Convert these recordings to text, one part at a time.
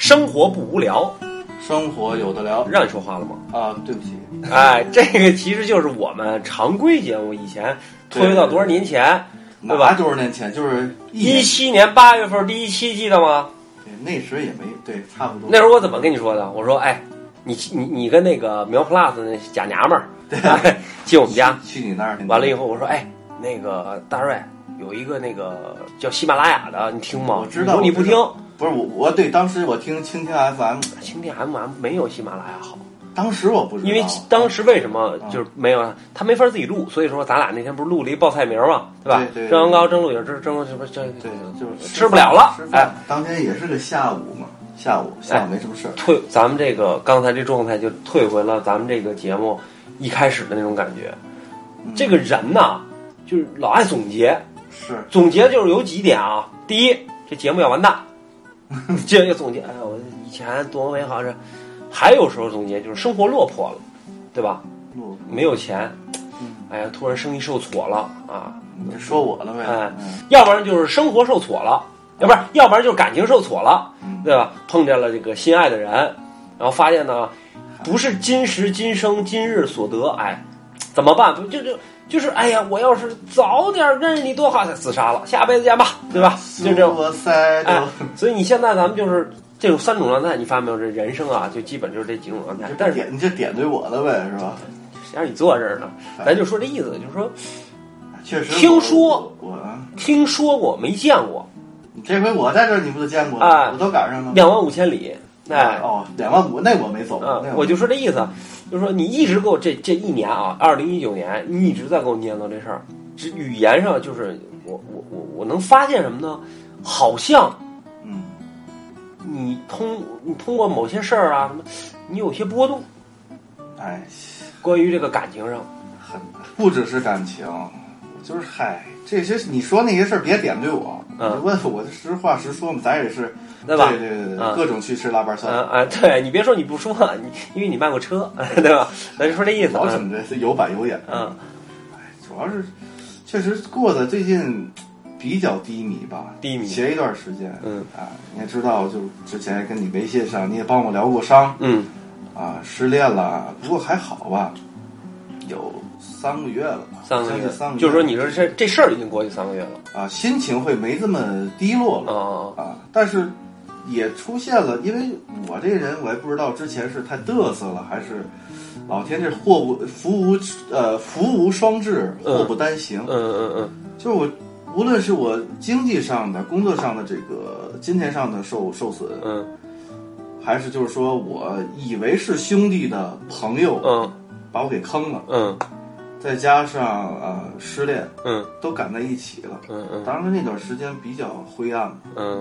生活不无聊， 生活有的聊。 让你说话了吗？ 啊，对不起。 哎，这个其实就是我们常规节目以前推到多少年前，对吧？ 多少年前？就是 17年8月份第一期，记得吗？ 对，那时也没对，差不多。 那时候我怎么跟你说的？我说，哎，你跟那个苗 plus 那假娘们儿，哎，进我们家， 去你那儿。 完了以后，我说，哎，那个大瑞有一个那个叫喜马拉雅的，你听吗？ 我知道。 你不听？ 不是我对，当时我听蜻蜓 FM， 蜻蜓 FM 没有喜马拉雅好。 当时我不知道， 因为当时为什么就是没有他没法自己录，所以说咱俩那天不是录了一报菜名嘛，对吧？ 对， 蒸羊羔、蒸鹿尾、蒸什么这对，就是吃不了了。哎， 当天也是个下午嘛，下午没什么事儿。 退咱们这个刚才这状态就退回了咱们这个节目一开始的那种感觉。这个人呐，就是老爱总结， 是总结就是有几点啊。第一，这节目要完蛋，这个总结，哎，我以前多美好，这还有时候总结就是生活落魄了，对吧？没有钱，哎呀，突然生意受挫了啊！ 你说我了呗？ 哎，要不然就是生活受挫了，要不然就是感情受挫了，对吧？碰见了这个心爱的人，然后发现呢，不是今时今生今日所得，哎，怎么办？就是哎呀，我要是早点认识你多好，自杀了，下辈子见吧，对吧？就这种。哎，所以你现在咱们就是这种3种状态，你发现没有？这人生啊，就基本就是这几种状态。但是你这点对我了呗，是吧？ 谁让你坐这儿呢？咱就说这意思，就是说， 确实听说我听说过没见过。 这回我在这儿，你不都见过？ 哎， 我都赶上了。 2万5千里。哎， 哦，2万5，那我没走。 我就说这意思，就是说你一直给我这一年啊，2019年，你一直在给我念叨这事儿。语言上就是我能发现什么呢？好像，你通过某些事儿啊什么，你有些波动。 哎， 关于这个感情上， 不只是感情，就是这些你说那些事儿别点对我，你问我就实话实说嘛，咱也是。 对吧？ 对，各种去吃腊八蒜。 对你别说你不说，因为你卖过车，对吧？咱就说这意思。 老整这有板有眼。主要是确实过得最近比较低迷吧。前一段时间，你也知道，就之前跟你微信上，你也帮我疗过伤。失恋了，不过还好吧，有3个月了吧？3个月， 就是说你说这事儿已经过去3个月了啊，心情会没这么低落了但是。也出现了，因为我这个人我也不知道之前是太嘚瑟了，还是老天这福无双至，祸不单行。就是我无论是我经济上的、工作上的这个金钱上的受损，还是就是说我以为是兄弟的朋友，把我给坑了，再加上失恋，都赶在一起了，当时那段时间比较灰暗，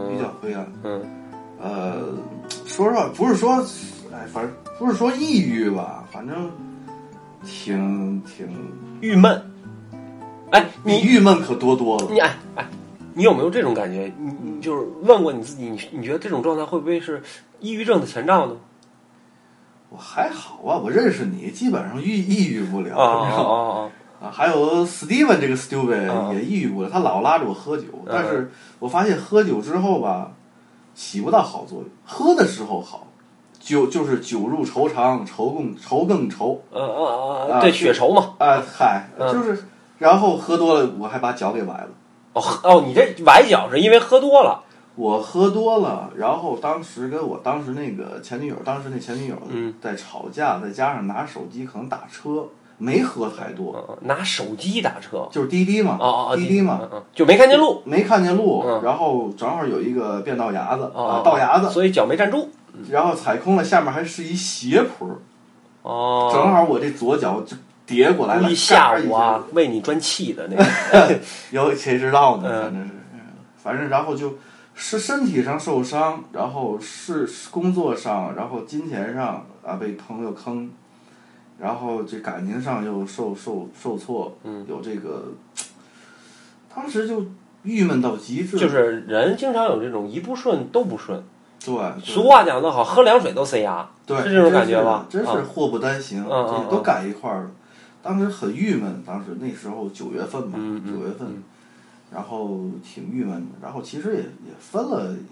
说实话，不是说，反正不是说抑郁吧，反正挺郁闷。哎， 你郁闷可多了。 你有没有这种感觉？你就是问过你自己，你觉得这种状态会不会是抑郁症的前兆呢？ 我还好啊，我认识你，基本上抑郁不了。还有 Steven 这个 Stupid 也抑郁不了，他老拉着我喝酒，但是我发现喝酒之后吧。起不到好作用，喝的时候好，就是酒入愁肠，愁更愁。 对，血愁嘛。 就是，然后喝多了，我还把脚给崴了。 你这崴脚是因为喝多了？ 我喝多了，然后当时跟我当时那个前女友，在吵架，再加上拿手机可能打车。没喝太多， 拿手机打车就是滴滴嘛，滴滴嘛， 就没看见路， 然后正好有一个变道牙子，道牙子， 所以脚没站住， 然后踩空了，下面还是一斜坡，正好我这左脚就跌过来了， 下午啊为你专气的那个， 有谁知道呢？反正然后就是身体上受伤，然后是工作上，然后金钱上被朋友坑。然后这感情上又受挫，有这个，当时就郁闷到极致。 就是人经常有这种一不顺都不顺， 对。 俗话讲得好，喝凉水都塞牙， 对， 是这种感觉吧？ 真是祸不单行，都赶一块儿了。当时很郁闷，当时那时候9月份嘛，9月份，然后挺郁闷的。然后其实也分了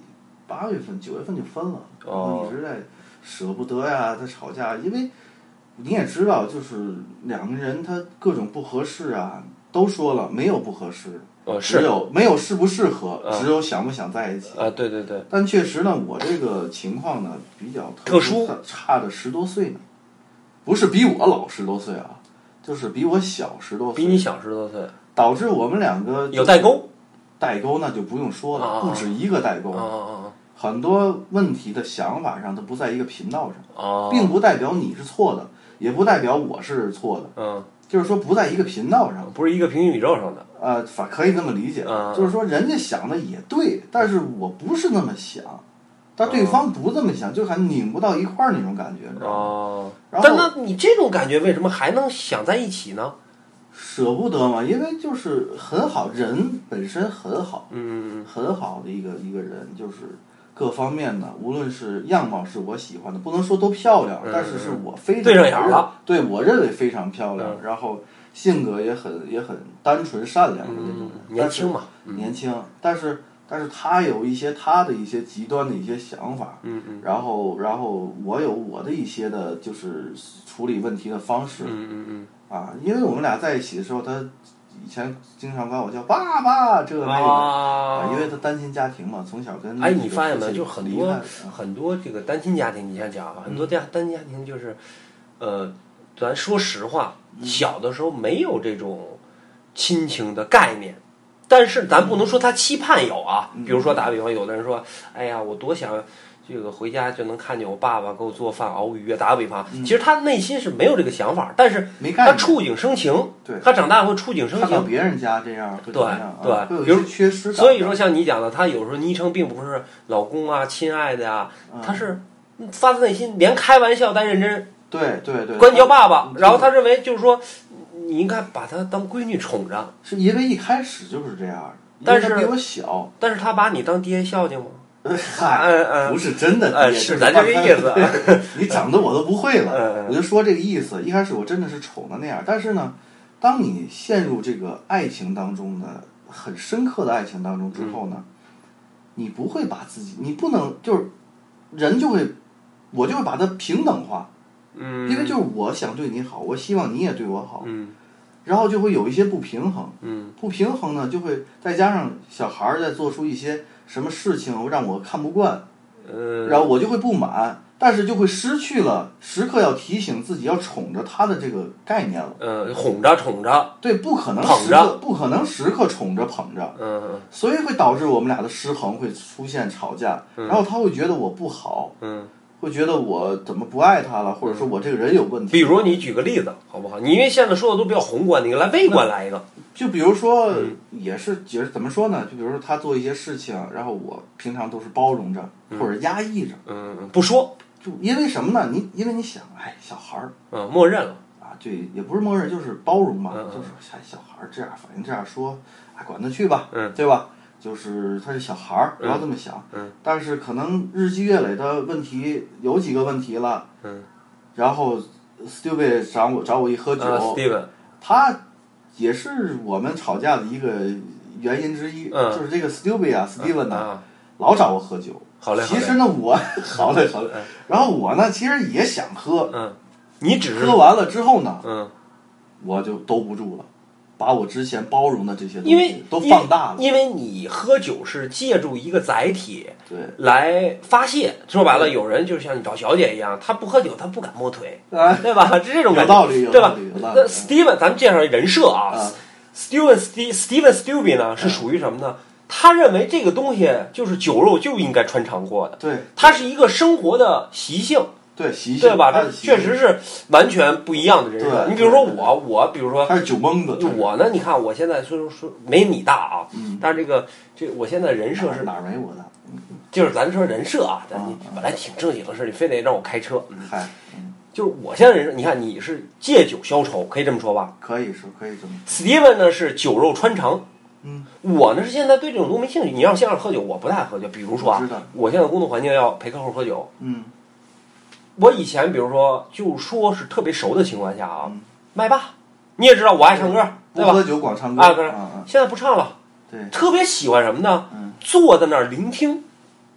8月份、9月份就分了，然后一直在舍不得呀，在吵架，因为你也知道，就是两个人他各种不合适啊，都说了没有不合适，只有没有适不适合，只有想不想在一起啊。对对对。 但确实呢，我这个情况呢比较特殊， 差的10多岁呢，不是比我老10多岁啊，就是比我小10多岁， 比你小10多岁， 导致我们两个有代沟。 代沟那就不用说了，不止一个代沟。很多问题的想法上，它不在一个频道上，并不代表你是错的，也不代表我是错的。就是说不在一个频道上， 不是一个平行宇宙上的。 可以这么理解。就是说人家想的也对，但是我不是那么想，但对方不这么想，就还拧不到一块儿那种感觉，你知道吗？ 但那你这种感觉为什么还能想在一起呢？ 舍不得嘛，因为就是很好，人本身很好，很好的一个人，就是各方面的，无论是样貌是我喜欢的，不能说都漂亮，但是是我非常对上眼了， 对我认为非常漂亮，然后性格也很单纯善良的那种， 年轻嘛， 年轻，但是他有一些他的一些极端的一些想法，然后我有我的一些的就是处理问题的方式，因为我们俩在一起的时候，他以前经常管我叫爸爸这那个，因为他单亲家庭嘛，从小跟你发现没有？就很多这个单亲家庭，你像讲很多单亲家庭就是，咱说实话，小的时候没有这种亲情的概念。但是咱不能说他期盼有啊，比如说打比方，有的人说，哎呀，我多想这个回家就能看见我爸爸给我做饭熬鱼啊。打个比方，其实他内心是没有这个想法，但是他触景生情，他长大会触景生情，看到别人家这样会怎么样， 对， 比如缺失感。 所以说像你讲的，他有时候昵称并不是老公啊、亲爱的呀，他是发自内心，连开玩笑带认真， 对， 管你叫爸爸，然后他认为就是说。你应该把她当闺女宠着， 是因为一开始就是这样， 但是比我小， 但是他把你当爹孝敬吗？ 不是真的爹， 是咱这个意思。 你长得我都不会了，我就说这个意思。一开始我真的是宠的那样，但是呢，当你陷入这个爱情当中的很深刻的爱情当中之后呢，你不会把自己，你不能就是人就会，我就会把它平等化。因为就是我想对你好，我希望你也对我好，然后就会有一些不平衡，不平衡呢就会再加上小孩在做出一些什么事情让我看不惯，然后我就会不满，但是就会失去了时刻要提醒自己要宠着他的这个概念了， 哄着宠着， 对，不可能时刻宠着捧着，所以会导致我们俩的失衡，会出现吵架，然后他会觉得我不好，会觉得我怎么不爱他了，或者说我这个人有问题。 比如你举个例子好不好？你因为现在说的都比较宏观，你来微观来一个。 就比如说，也是怎么说呢？就比如说他做一些事情，然后我平常都是包容着或者压抑着， 不说。 就因为什么呢？因为你想，小孩儿， 默认了啊，对，也不是默认，就是包容嘛，就是小孩儿这样，反正这样说，管他去吧，对吧？就是他是小孩儿，不要这么想。但是可能日积月累的问题有几个问题了。然后 Steven 找我一喝酒，他也是我们吵架的一个原因之一。就是这个 Steven 呢，老找我喝酒。其实呢，我好嘞。然后我呢，其实也想喝。 你只是喝完了之后呢，我就兜不住了。把我之前包容的这些东西都放大了， 因为你喝酒是借助一个载体， 对， 来发泄。说白了，有人就像你找小姐一样，他不喝酒，他不敢摸腿，对吧？是这种感觉，对吧？那 Steven， 咱们介绍人设啊 ，Steven Stubby 呢是属于什么呢？他认为这个东西就是酒肉就应该穿肠过的， 对， 它是一个生活的习性。对吧？这确实是完全不一样的人设。你比如说我比如说他是酒蒙子， 我呢，你看我现在虽然说没你大啊，但是这我现在人设是哪儿没我大？ 就是咱说人设啊，咱本来挺正经的事，你非得让我开车，就是我现在人设，你看你是借酒消愁，可以这么说吧？ 可以说，可以这么。 Steven 呢是酒肉穿肠。我呢是现在对这种都没兴趣。你让先让喝酒，我不太爱喝酒。比如说啊，我现在工作环境要陪客户喝酒，我以前比如说就说是特别熟的情况下啊，麦霸，你也知道我爱唱歌，对吧？ 不喝酒光唱歌啊，现在不唱了， 对， 特别喜欢什么呢？坐在那儿聆听，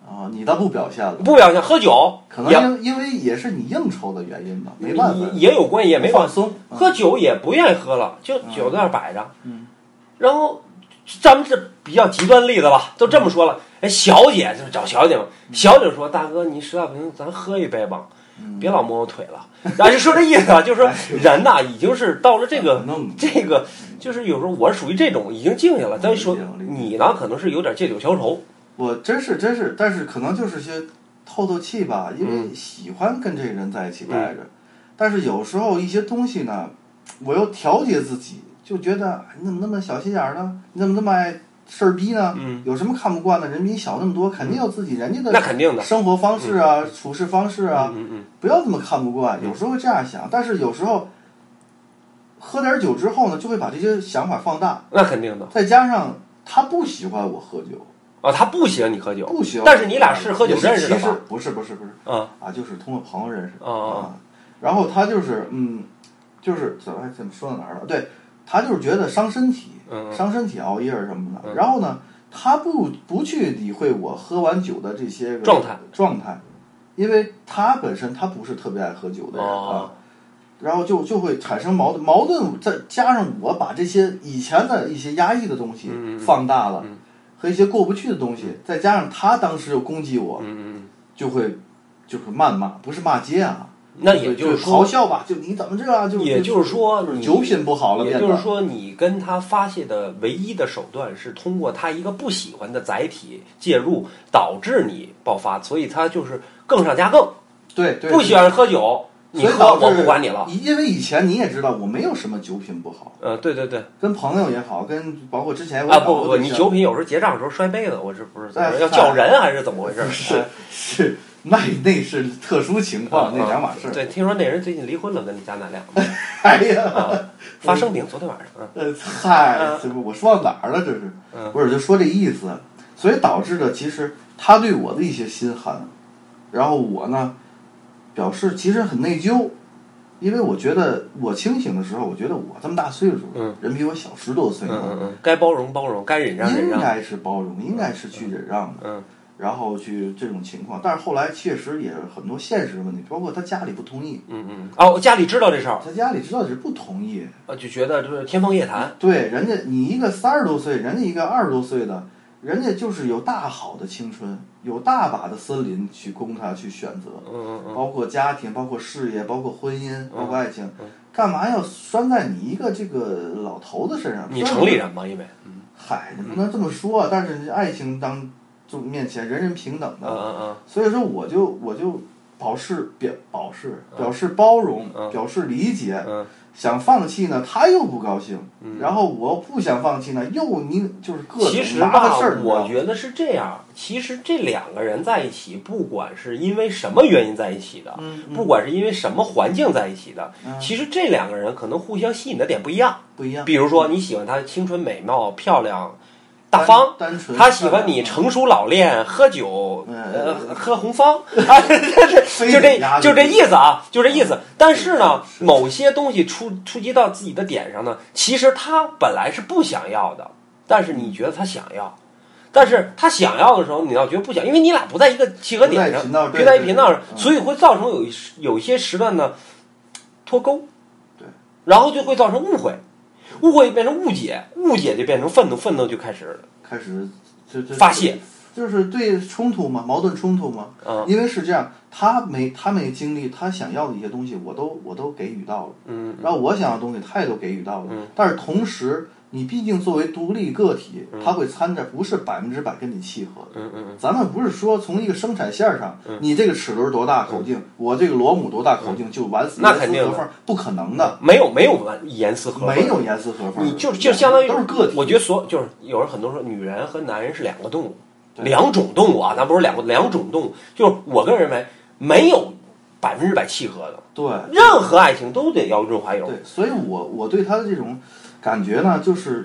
啊，你倒不表现了， 不表现，喝酒， 可能因为也是你应酬的原因吧，没办法， 也有关系，也没放松， 喝酒也不愿意喝了，就酒在那摆着，然后咱们是比较极端例子吧，都这么说了，哎，小姐就找小姐嘛，小姐说大哥，你实在不行，咱喝一杯吧。别老摸我腿了，就说这意思啊，就是说人呐，已经是到了这个，就是有时候我是属于这种已经静下了。再说你呢，可能是有点借酒消愁。 我真是，但是可能就是些透透气吧，因为喜欢跟这个人在一起待着。但是有时候一些东西呢，我又调节自己，就觉得你怎么那么小心眼呢？你怎么那么爱事儿逼呢？有什么看不惯的？人比你小那么多，肯定有自己人家的那肯定的生活方式啊，处事方式啊，不要这么看不惯。有时候会这样想，但是有时候喝点酒之后呢，就会把这些想法放大。 那肯定的。 再加上他不喜欢我喝酒。 他不喜欢你喝酒， 不喜欢。 但是你俩是喝酒认识的吧？ 不是，就是通过朋友认识的。然后他就是就是怎么说到哪儿了？对。他就是觉得伤身体，伤身体熬夜什么的。然后呢，他不去理会我喝完酒的这些状态，因为他本身他不是特别爱喝酒的人啊。然后就会产生矛盾，再加上我把这些以前的一些压抑的东西放大了，和一些过不去的东西，再加上他当时又攻击我，就会谩骂，不是骂街啊。 那也就是说， 咆哮吧，就你怎么这样？ 也就是说， 酒品不好了。 也就是说，你跟他发泄的唯一的手段是通过他一个不喜欢的载体介入，导致你爆发，所以他就是更上加更。 对， 不喜欢喝酒，你喝我不管你了。 因为以前你也知道，我没有什么酒品不好。 对， 跟朋友也好，跟包括之前不，你酒品有时候结账的时候摔杯子，我这不是要叫人还是怎么回事？ 是。那是特殊情况，那两码事。 对，听说那人最近离婚了，跟你家那俩。 哎呀， 发生病，昨天晚上。 嗨，我说到哪儿了？这是，不是就说这意思，所以导致的其实他对我的一些心寒，然后我呢表示其实很内疚，因为我觉得我清醒的时候，我觉得我这么大岁数，人比我小10多岁呢， 该包容包容，该忍让忍让， 应该是包容，应该是去忍让的。然后去这种情况，但是后来确实也很多现实问题，包括他家里不同意。 家里知道这事儿， 他家里知道是不同意。 就觉得就是天方夜谭。 对，人家你一个30多岁，人家一个20多岁的，人家就是有大好的青春，有大把的森林去供他去选择。包括家庭，包括事业，包括婚姻，包括爱情，干嘛要拴在你一个这个老头子身上？ 你城里人嘛，因为嗨，你不能这么说，但是爱情面前人人平等的，所以说我就表示包容，表示理解，想放弃呢，他又不高兴，然后我不想放弃呢，你就是各种麻烦事儿。 我觉得是这样，其实这两个人在一起，不管是因为什么原因在一起的，不管是因为什么环境在一起的，其实这两个人可能互相吸引的点不一样。比如说你喜欢他青春美貌漂亮大方，他喜欢你成熟老练，喝酒，喝红方，就这意思啊，就这意思。但是呢，某些东西触及到自己的点上呢，其实他本来是不想要的，但是你觉得他想要，但是他想要的时候，你要觉得不想，因为你俩不在一个契合点上，不在一频道上，所以会造成有一些时段的脱钩， 对， 然后就会造成误会。误会变成误解，误解就变成愤怒，愤怒就开始发泄， 就是对冲突嘛，矛盾冲突嘛。因为是这样，他没经历他想要的一些东西，我都给予到了。然后我想要的东西，他也都给予到了。但是同时，你毕竟作为独立个体，他会掺着，不是100%跟你契合。咱们不是说从一个生产线上，你这个齿轮多大口径，我这个螺母多大口径就完死， 那肯定不可能的。 没有严丝合缝， 没有严丝合缝。 你就相当于都是个体。 我觉得就是有人很多说，女人和男人是两个动物，两种动物啊，咱不是两种动物。就是我个人认为，没有100%契合的。 对， 任何爱情都得要润滑油。 对，所以我对他的这种感觉呢，就是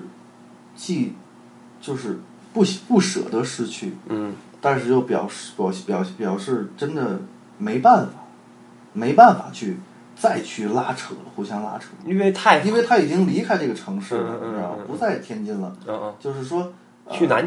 就是不舍得失去，但是又表示真的没办法再去拉扯了，互相拉扯，因为他已经离开这个城市了，你知道吗？不在天津了，就是说去南京了。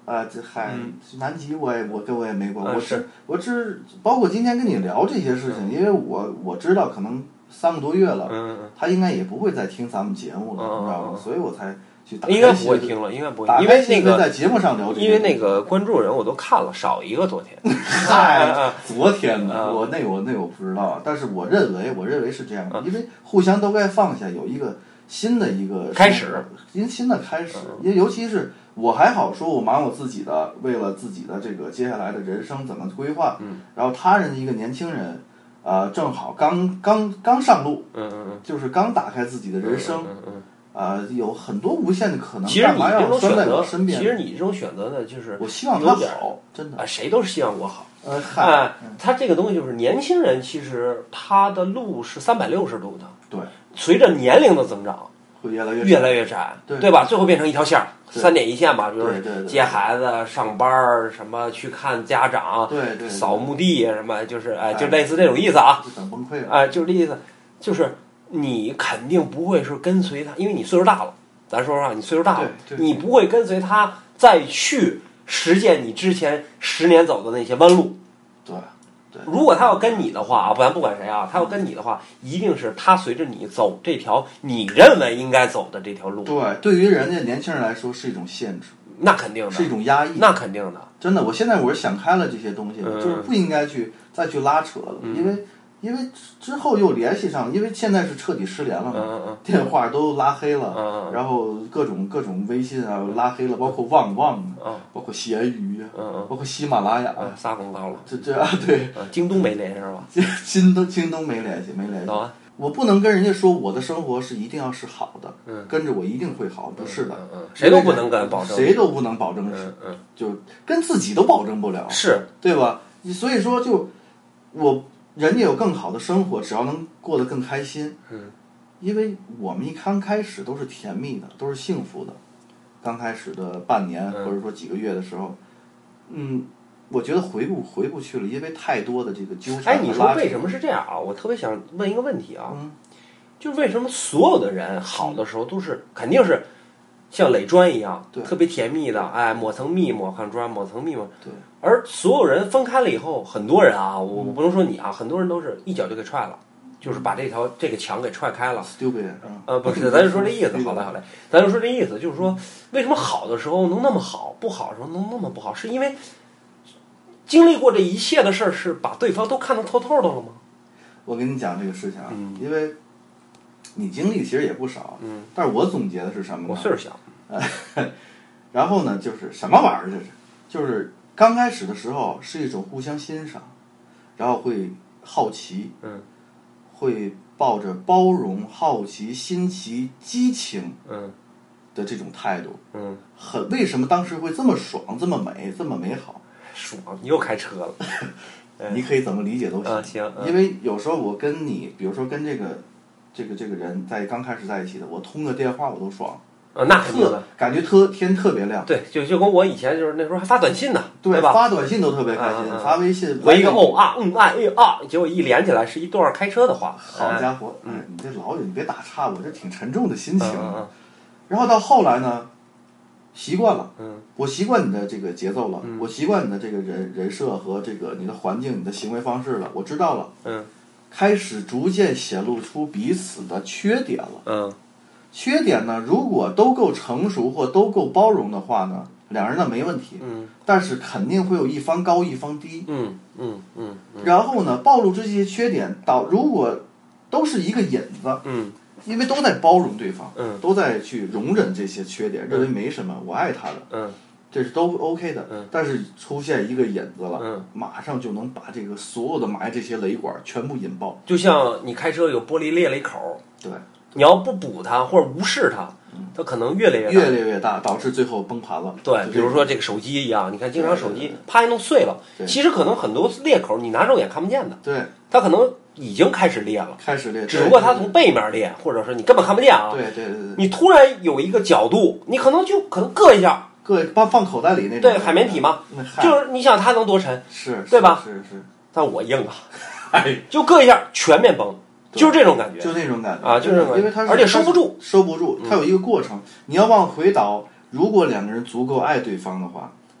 这南极我跟我也没关，我只包括今天跟你聊这些事情，因为我知道可能3个多月了，他应该也不会再听咱们节目了，你知道吗？所以我才去打开。 应该不会听了，应该不会，因为那个在节目上聊这个， 因为那个关注人我都看了，少一个昨天。 昨天呢，我那我不知道，但是我认为是这样的，因为互相都该放下，有一个新的一个开始， 新的开始，尤其是。我还好说，我忙我自己的，为了自己的这个接下来的人生怎么规划。然后他人一个年轻人，正好刚上路，就是刚打开自己的人生，有很多无限的可能。 其实你这种选择， 其实你这种选择呢，就是我希望他好，真的谁都是希望我好。他这个东西就是年轻人，其实他的路是360度的。 对， 随着年龄的增长， 会越来越窄，对吧？最后变成一条线，3点一线吧，比如接孩子、上班什么去看家长， 对， 扫墓地什么，就是就类似这种意思啊。 就等崩溃了。 就是这意思，就是你肯定不会是跟随他，因为你岁数大了。咱说实话，你岁数大了，你不会跟随他再去实践你之前10年走的那些弯路。 对。 如果他要跟你的话啊，不管谁啊，他要跟你的话，一定是他随着你走这条你认为应该走的这条路。 对于人家年轻人来说是一种限制， 那肯定的， 是一种压抑， 那肯定的。 真的，我现在是想开了这些东西，就是不应该再去拉扯了，因为之后又联系上，因为现在是彻底失联了嘛，电话都拉黑了，然后各种微信啊拉黑了，包括旺包括闲鱼包括喜马拉雅撒广告了， 这对， 京东没联系是吧？ 京东没联系。我不能跟人家说我的生活是一定要是好的，跟着我一定会好，不是的， 谁都不能保证， 谁都不能保证，就跟自己都保证不了， 是对吧？所以说人家有更好的生活，只要能过得更开心，因为我们刚开始都是甜蜜的，都是幸福的，刚开始的半年或者说几个月的时候，我觉得回不去了，因为太多的这个纠缠。 你说为什么是这样啊？我特别想问一个问题啊，就是为什么所有的人好的时候都是肯定是像垒砖一样，特别甜蜜的，抹层蜜抹上砖，抹层蜜抹。 对。 而所有人分开了以后，很多人啊，我不能说你啊，很多人都是一脚就给踹了，就是把这个墙给踹开了。 stupid。 不是，咱就说这意思。好嘞，咱就说这意思，就是说为什么好的时候能那么好，不好的时候能那么不好，是因为经历过这一切的事儿，是把对方都看得透透的了吗？ 我跟你讲这个事情啊，因为你经历其实也不少，但是我总结的是什么呢？ 我岁数小， 然后呢，就是什么玩意儿这是？就是刚开始的时候是一种互相欣赏，然后会好奇，会抱着包容、好奇、新奇、激情，的这种态度，为什么当时会这么爽、这么美、这么美好？ 爽，你又开车了。 你可以怎么理解都行。 行。 因为有时候我跟你，比如说跟这个人在刚开始在一起的，我通个电话我都爽。 那肯定的， 感觉天特别亮。 对，就跟我以前就是那时候还发短信呢，对吧？ 发短信都特别开心，发微信回一个结果一连起来是一段开车的话。 好家伙，你这老你别打岔，我这挺沉重的心情。然后到后来呢，习惯了，我习惯你的这个节奏了，我习惯你的这个人设和这个你的环境、你的行为方式了，我知道了，开始逐渐显露出彼此的缺点了，缺点呢，如果都够成熟或都够包容的话呢，两人呢没问题，但是肯定会有一方高一方低，然后呢，暴露这些缺点如果都是一个引子，因为都在包容对方，都在去容忍这些缺点，认为没什么，我爱他的，这是都 OK 的，但是出现一个引子了，马上就能把这个所有的埋这些雷管全部引爆， 就像你开车有玻璃裂了一口， 对。 你要不补它或者无视它，它可能越来越大，导致最后崩盘了。 对，比如说这个手机一样，你看经常手机啪一弄碎了，其实可能很多裂口你拿肉眼看不见的。 对， 它可能已经开始裂了，只不过它从背面裂，或者说你根本看不见啊。 对， 你突然有一个角度，你可能硌一下， 放口袋里那种。 对，海绵体嘛，就是你想它能多沉，对吧？ 是。 但我硬啊，就硌一下全面崩。就是这种感觉， 就那种感觉啊，就是因为它而且收不住， 它有一个过程。你要往回倒，如果两个人足够爱对方的话，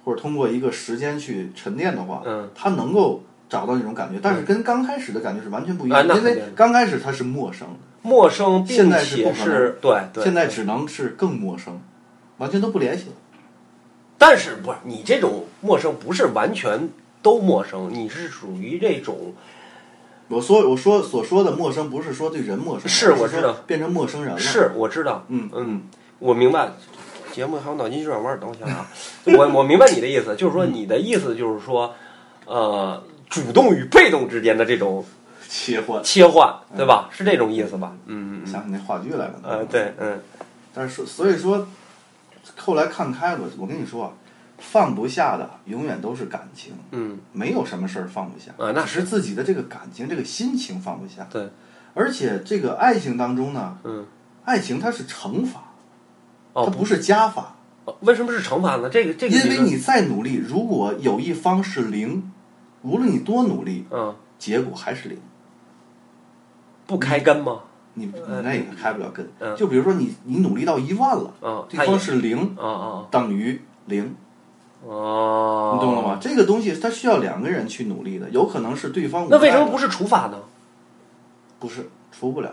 或者通过一个时间去沉淀的话，他能够找到那种感觉，但是跟刚开始的感觉是完全不一样，因为刚开始它是陌生的， 陌生， 现在是不可能，对， 现在只能是更陌生，完全都不联系了。 但是不是你这种陌生不是完全都陌生，你是属于这种。 我所说的陌生，不是说对人陌生， 是我知道， 变成陌生人了。 是我知道，我明白。节目还有脑筋急转弯，等我想想啊，我明白你的意思，就是说你的意思就是说，主动与被动之间的这种切换，对吧？是这种意思吧？ 想起那话剧来了。 对， 但是所以说，后来看开了，我跟你说啊，放不下的永远都是感情，没有什么事儿放不下那是自己的这个感情、这个心情放不下。 对， 而且这个爱情当中呢，爱情它是惩罚，它不是加法。 为什么是惩罚呢？这个， 因为你再努力，如果有一方是零，无论你多努力，结果还是零。 不开根吗？ 你那也开不了根。就比如说你努力到1万了，对方是零，等于零。你懂了吗？这个东西它需要2个人去努力的，有可能是对方。 那为什么不是除法呢？ 不是除不了。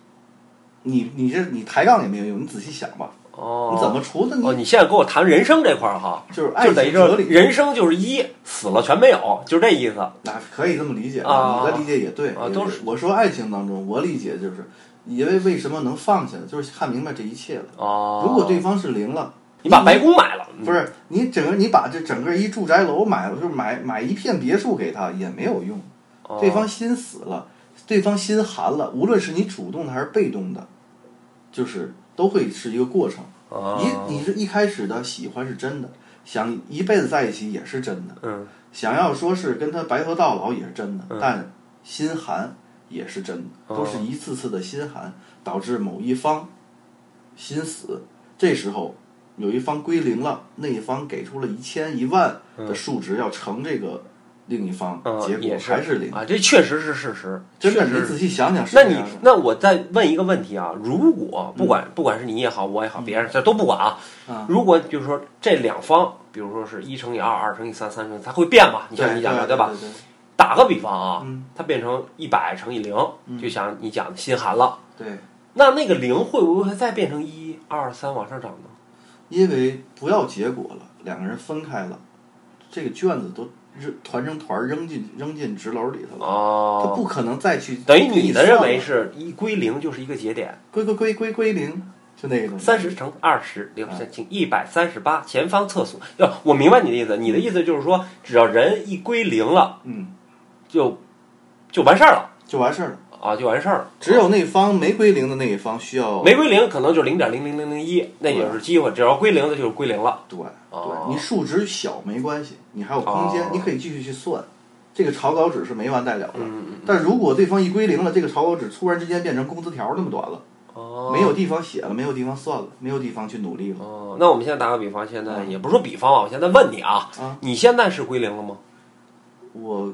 你抬杠也没有用，你仔细想吧。你怎么除的？ 你现在跟我谈人生这块儿哈， 就是爱情哲理， 人生就是一，死了全没有，就是这意思。 那可以这么理解你的理解也对都是。 我说爱情当中，我理解就是，因为什么能放下，就是看明白这一切了。如果对方是零了， 你把白宫买了， 不是你把这整个一住宅楼买了，就是买一片别墅给他也没有用。对方心死了，对方心寒了，无论是你主动的还是被动的，就是都会是一个过程。你是一开始的喜欢是真的，想一辈子在一起也是真的，想要说是跟他白头到老也是真的，但心寒也是真的，都是一次次的心寒导致某一方心死。这时候有一方归零了，那一方给出了1000、10000的数值要乘这个另一方，结果还是零啊！这确实是事实， 真的，你仔细想想是这样的。那我再问一个问题啊，如果不管是你也好，我也好，别人这都不管啊。如果比如说这两方，比如说是1乘以2、2乘以3、3乘以，它会变嘛？你像你讲的，对吧？打个比方啊，它变成100乘以0，就像你讲的心寒了。 对， 那个0会不会再变成1、2、3往上涨呢？ 因为不要结果了，两个人分开了，这个卷子都团成团扔进纸篓里头了。他不可能再去。 等于你的认为是一归零就是一个节点， 归零，就那个东西。 30乘20，请138，前方测速。我明白你的意思，你的意思就是说，只要人一归零了，就完事儿了， 就完事儿了。 就完事儿了。 只有那方没归零的那一方需要没归零，可能就0.00001，那也是机会。只要归零的就是归零了。 对，你数值小没关系，你还有空间，你可以继续去算。这个草稿纸是没完带了的。但如果对方一归零了，这个草稿纸突然之间变成工资条那么短了，没有地方写了，没有地方算了，没有地方去努力了。 那我们现在打个比方，现在也不是说比方啊，我现在问你啊，你现在是归零了吗？ 我。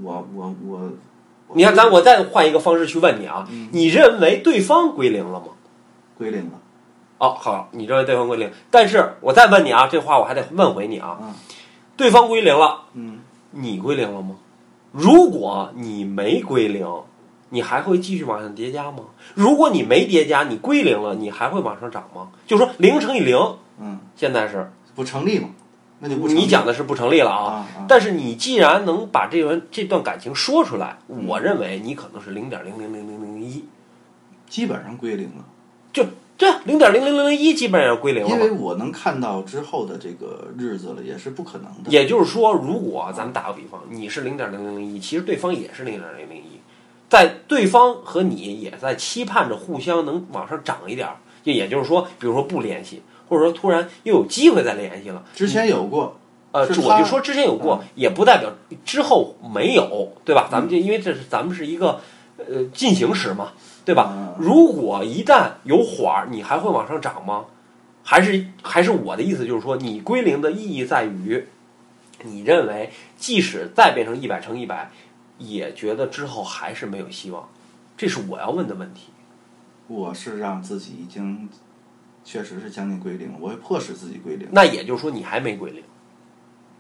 你看，我再换一个方式去问你啊，你认为对方归零了吗？ 归零了。 好，你认为对方归零，但是我再问你啊，这话我还得问回你啊，对方归零了，你归零了吗？如果你没归零，你还会继续往上叠加吗？如果你没叠加，你归零了，你还会往上涨吗？就是说0乘以0，现在是不成立吗？那就不成立。 你讲的是不成立了啊！但是你既然能把这段感情说出来，我认为你可能是0.00001， 基本上归零了。 就对，0.00001基本上要归零了。 因为我能看到之后的这个日子了，也是不可能的。 也就是说，如果咱们打个比方，你是0.0001，其实对方也是0.001，在对方和你也在期盼着互相能往上涨一点，也就是说，比如说不联系。或者说突然又有机会再联系了， 之前有过， 我就说之前有过，也不代表之后没有，对吧？咱们因为咱们是一个进行时嘛，对吧？如果一旦有缓，你还会往上涨吗？还是我的意思就是说，你归零的意义在于，你认为即使再变成100乘100，也觉得之后还是没有希望，这是我要问的问题。 我是让自己已经。确实是将近归零，我会迫使自己归零。 那也就是说，你还没归零。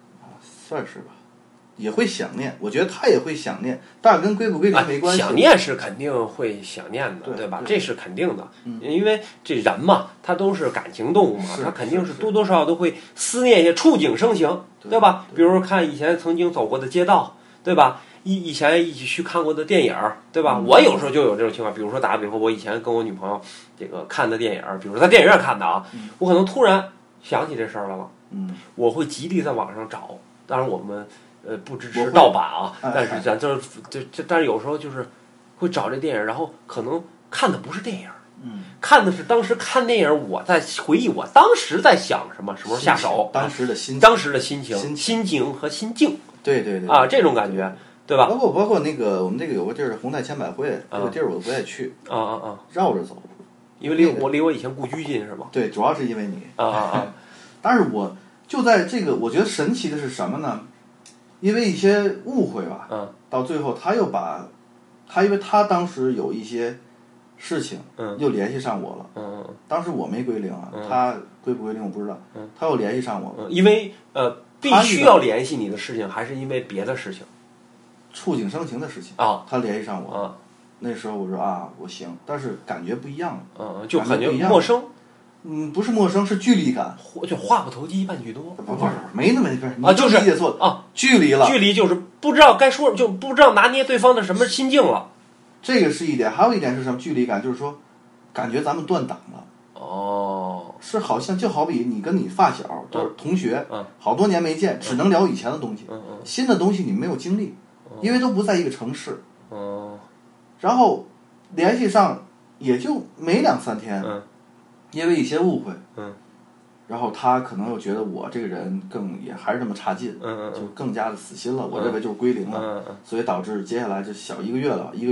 算是吧。也会想念，我觉得他也会想念，但是跟归不归零没关系。 想念是肯定会想念的，对吧？这是肯定的，因为这人嘛，他都是感情动物嘛，他肯定是多多少少都会思念一些，触景生情，对吧？比如说看以前曾经走过的街道，对吧？以前一起去看过的电影，对吧？我有时候就有这种情况，比如说打个比方，我以前跟我女朋友这个看的电影，比如说在电影院看的啊，我可能突然想起这事儿来了，我会极力在网上找，当然我们。不支持盗版啊，但是咱但是有时候就是会找这电影，然后可能看的不是电影，看的是当时看电影，我在回忆我当时在想什么，什么时候下手， 当时的心情、心境和心境， 对啊，这种感觉，对吧？ 包括那个我们这个有个地儿宏泰千百汇，这个地儿我都不爱去，绕着走， 因为离我以前故居近是吗？ 对，主要是因为你但是我就在这个，我觉得神奇的是什么呢？因为一些误会吧，到最后他又把，因为他当时有一些事情，又联系上我了，当时我没归零啊，他归不归零我不知道，他又联系上我了， 因为必须要联系你的事情，还是因为别的事情， 触景生情的事情啊， 他联系上我，那时候我说我行，但是感觉不一样了， 就感觉陌生。 不是陌生，是距离感， 就话不投机半句多。 不是，没那么啊， 就是理解错了距离了， 距离就是不知道该说，就不知道拿捏对方的什么心境了。 这个是一点，还有一点是什么？距离感，就是说，感觉咱们断档了。是好像就好比你跟你发小，就是同学，好多年没见，只能聊以前的东西，新的东西你没有经历，因为都不在一个城市。然后联系上也就没2-3天。因为一些误会，然后他可能又觉得我这个人也还是这么差劲，就更加的死心了。我认为就是归零了，所以导致接下来这小1个月了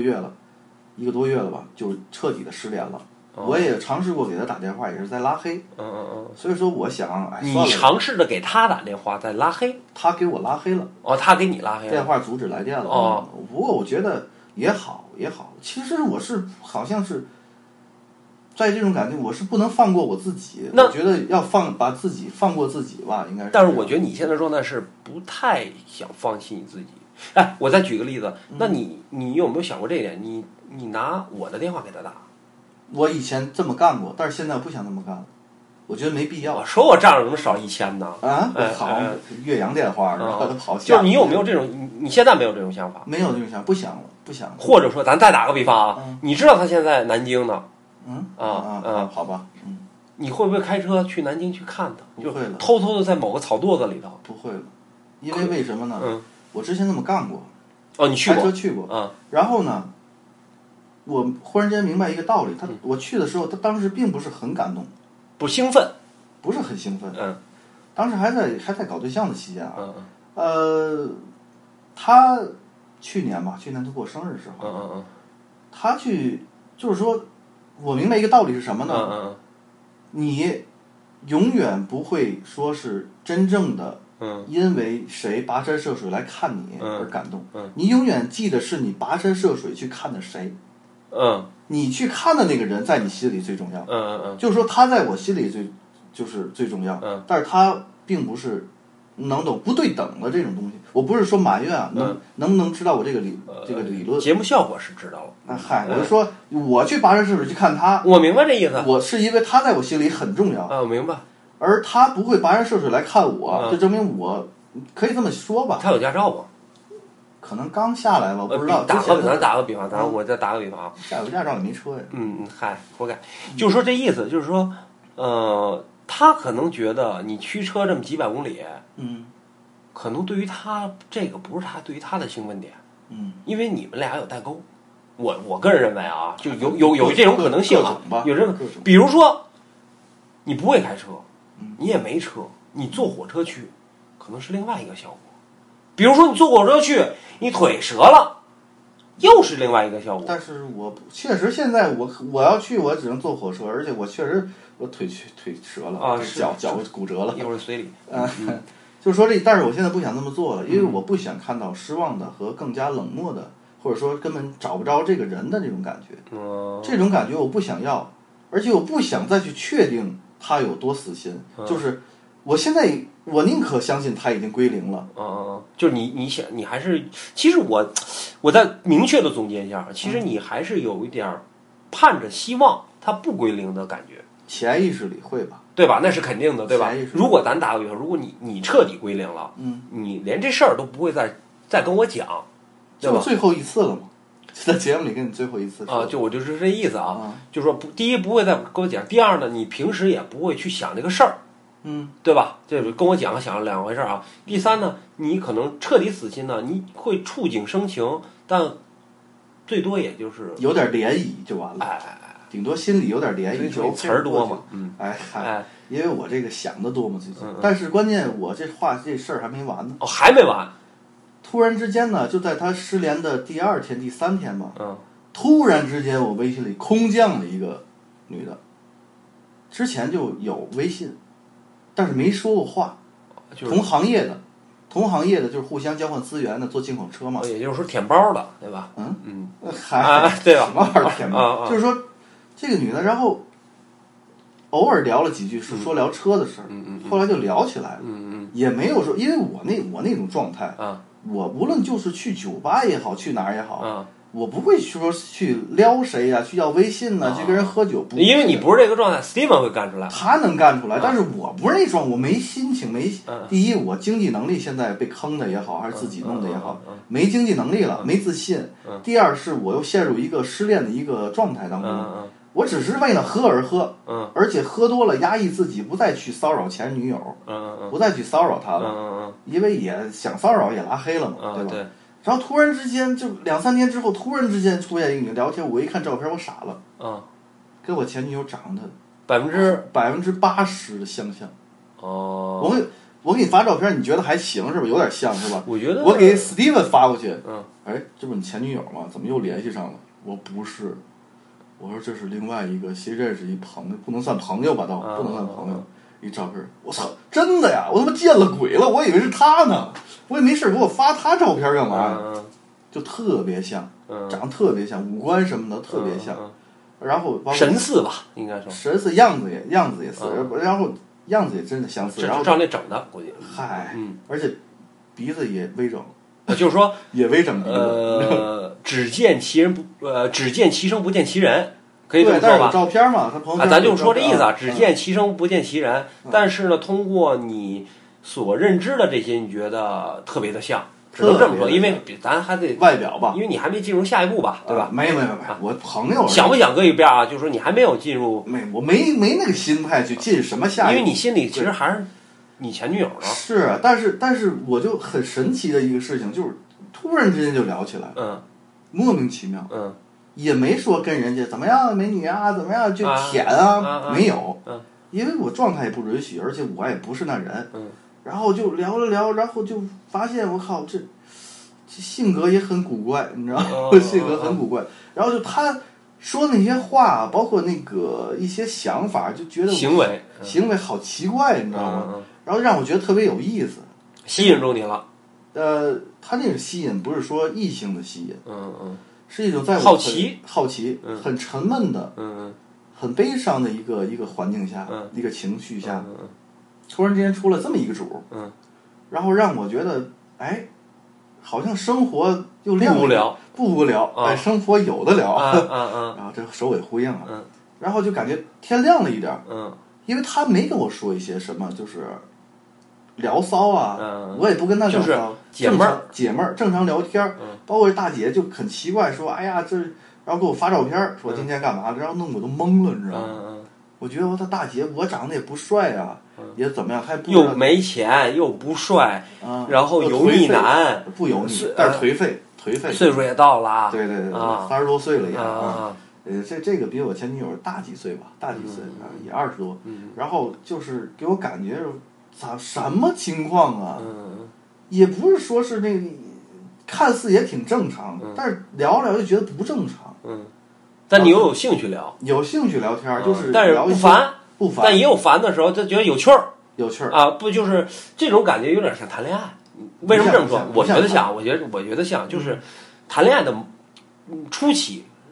，1个多月了吧，就彻底的失联了。我也尝试过给他打电话，也是在拉黑。所以说我想，算了。 你尝试着给他打电话，在拉黑， 他给我拉黑了。 他给你拉黑了。 电话阻止来电了。不过我觉得也好。其实我是好像是。在这种感觉，我是不能放过我自己。我觉得要把自己放过自己吧，应该是。 但是我觉得你现在状态是不太想放弃你自己。哎，我再举个例子，那你有没有想过这一点？你拿我的电话给他打。 我以前这么干过，但是现在我不想这么干了。我觉得没必要。 我说我账上怎么少1000呢？ 好，岳阳电话，然后他跑。 就是你有没有这种？你现在没有这种想法？ 没有这种想法，不想了。 或者说，咱再打个比方啊，你知道他现在南京呢？ 好吧， 你会不会开车去南京去看他？ 不会了， 偷偷的在某个草垛子里头。 不会了，因为什么呢？我之前那么干过。 你去过？ 开车去过。然后呢，我忽然间明白一个道理，我去的时候，他当时并不是很感动， 不兴奋， 不是很兴奋。当时还在搞对象的期间啊。他去年他过生日的时候，他去。就是说，我明白一个道理是什么呢？你永远不会说是真正的，因为谁跋山涉水来看你而感动。你永远记得是你跋山涉水去看的谁。你去看的那个人在你心里最重要。就是说他在我心里最重要。但是他并不是能懂不对等的这种东西。我不是说埋怨啊，能不能知道我这个理论？ 节目效果是知道了。 我就说我去跋山涉水去看他， 我明白这意思。 我是因为他在我心里很重要。 我明白。 而他不会跋山涉水来看我，就证明我可以这么说吧。 他有驾照吗？ 可能刚下来吧，不知道。 咱打个比方，我再打个比方。 下有驾照也没车呀。 活该。就是说这意思，就是说，他可能觉得你驱车这么几百公里，可能对于他这个不是对于他的兴奋点，因为你们俩有代沟。我个人认为啊，就有这种可能性啊，有这种，比如说，你不会开车，你也没车，你坐火车去，可能是另外一个效果。比如说你坐火车去，你腿折了，又是另外一个效果。 但是我确实现在我要去，我只能坐火车，而且我确实我腿折了脚骨折了， 一会儿随礼。 就是说但是我现在不想这么做了，因为我不想看到失望的和更加冷漠的，或者说根本找不着这个人的这种感觉。这种感觉我不想要，而且我不想再去确定他有多死心。就是我现在我宁可相信他已经归零了。 就是你想，你还是，其实我再明确的总结一下，其实你还是有一点盼着希望它不归零的感觉， 潜意识里会吧， 对吧？那是肯定的，对吧？如果咱打个比方，如果你彻底归零了，你连这事儿都不会再跟我讲，对吧？ 就最后一次了嘛，在节目里跟你最后一次啊，就我就是这意思啊，就是说第一不会再跟我讲，第二呢，你平时也不会去想这个事儿。对吧？这跟我讲想两回事啊。第三呢，你可能彻底死心呢，你会触景生情，但最多也就是有点涟漪就完了。顶多心里有点涟漪，就词儿多嘛。 因为我这个想的多嘛最近。但是关键我这事儿还没完呢。 还没完。 突然之间呢，就在他失联的第2天、第3天嘛，突然之间我微信里空降了一个女的，之前就有微信。但是没说过话，同行业的就是互相交换资源的，做进口车嘛。 也就是说舔包的，对吧？ 对吧？什么玩意儿舔包？就是说这个女的，然后偶尔聊了几句，说聊车的事儿，后来就聊起来了，也没有说，因为我那种状态，我无论就是去酒吧也好，去哪儿也好。我不会说去撩谁呀，去要微信呢，去跟人喝酒，不会。 因为你不是这个状态 ，Steven 会干出来。 他能干出来，但是我不是那种，我没心情，第一，我经济能力现在被坑的也好，还是自己弄的也好，没经济能力了，没自信。第二是我又陷入一个失恋的一个状态当中，我只是为了喝而喝，而且喝多了压抑自己，不再去骚扰前女友，不再去骚扰她了，因为也想骚扰也拉黑了嘛，对吧？然后突然之间，就2、3天之后，突然之间出现一个女聊天，我一看照片，我傻了。跟我前女友长得80%的相像。我给你发照片，你觉得还行是吧？有点像是吧？ 我觉得我给 Steven 发过去，这不你前女友吗？怎么又联系上了？我不是，我说这是另外一个新认识一朋友，不能算朋友吧？倒不能算朋友。一照片，我操，真的呀！我他妈见了鬼了，我以为是他呢。我也没事给我发他照片干嘛？就特别像，长得特别像，五官什么的特别像。然后神似吧，应该说神似，样子也似，然后样子也真的相似。然后照那整的，估计。 而且鼻子也微整。 就是说也微整鼻子。只见其声不见其人。可以这么说吧？ 但是有照片嘛，他朋友圈咱就说这意思啊，只见其声不见其人。但是呢，通过你所认知的这些，你觉得特别的像，只能这么说，因为咱还得外表吧， 因为你还没进入下一步吧，对吧？ 没，我朋友想不想搁一边啊？就是说你还没有进入， 我没那个心态去进什么下一步， 因为你心里其实还是你前女友呢。 是，但是我就很神奇的一个事情，就是突然之间就聊起来，莫名其妙，也没说跟人家怎么样，美女啊，怎么样就舔啊，没有，因为我状态也不允许，而且我也不是那人，然后就聊了聊，然后就发现我靠，这性格也很古怪，你知道吗？性格很古怪，然后就他说那些话，包括那个一些想法，就觉得行为好奇怪，你知道吗？然后让我觉得特别有意思， 吸引住你了。 他那个吸引不是说异性的吸引，是一种在我好奇， 很沉闷的，很悲伤的一个环境下，一个情绪下，突然之间出了这么一个主，然后让我觉得，好像生活又亮了，不无聊，生活有的聊，然后这首尾呼应啊，然后就感觉天亮了一点，因为他没跟我说一些什么，就是聊骚啊，我也不跟他聊骚， 姐妹儿正常聊天，包括大姐就很奇怪说，哎呀这，然后给我发照片说今天干嘛，然后弄我都懵了，你知道吗？我觉得他大姐我长得也不帅啊，也怎么样，还不又没钱又不帅，然后油腻男， 不油腻，但是颓废， 岁数也到了， 对，30多岁了也啊。这个比我前女友大几岁吧，也20多，然后就是给我感觉什么情况啊？也不是说是那个，看似也挺正常，但是聊聊就觉得不正常。 但你又有兴趣聊， 有兴趣聊天，就是但是不烦，但也有烦的时候，就觉得有趣儿啊，不就是这种感觉有点像谈恋爱？为什么这么说？我觉得像，就是谈恋爱的初期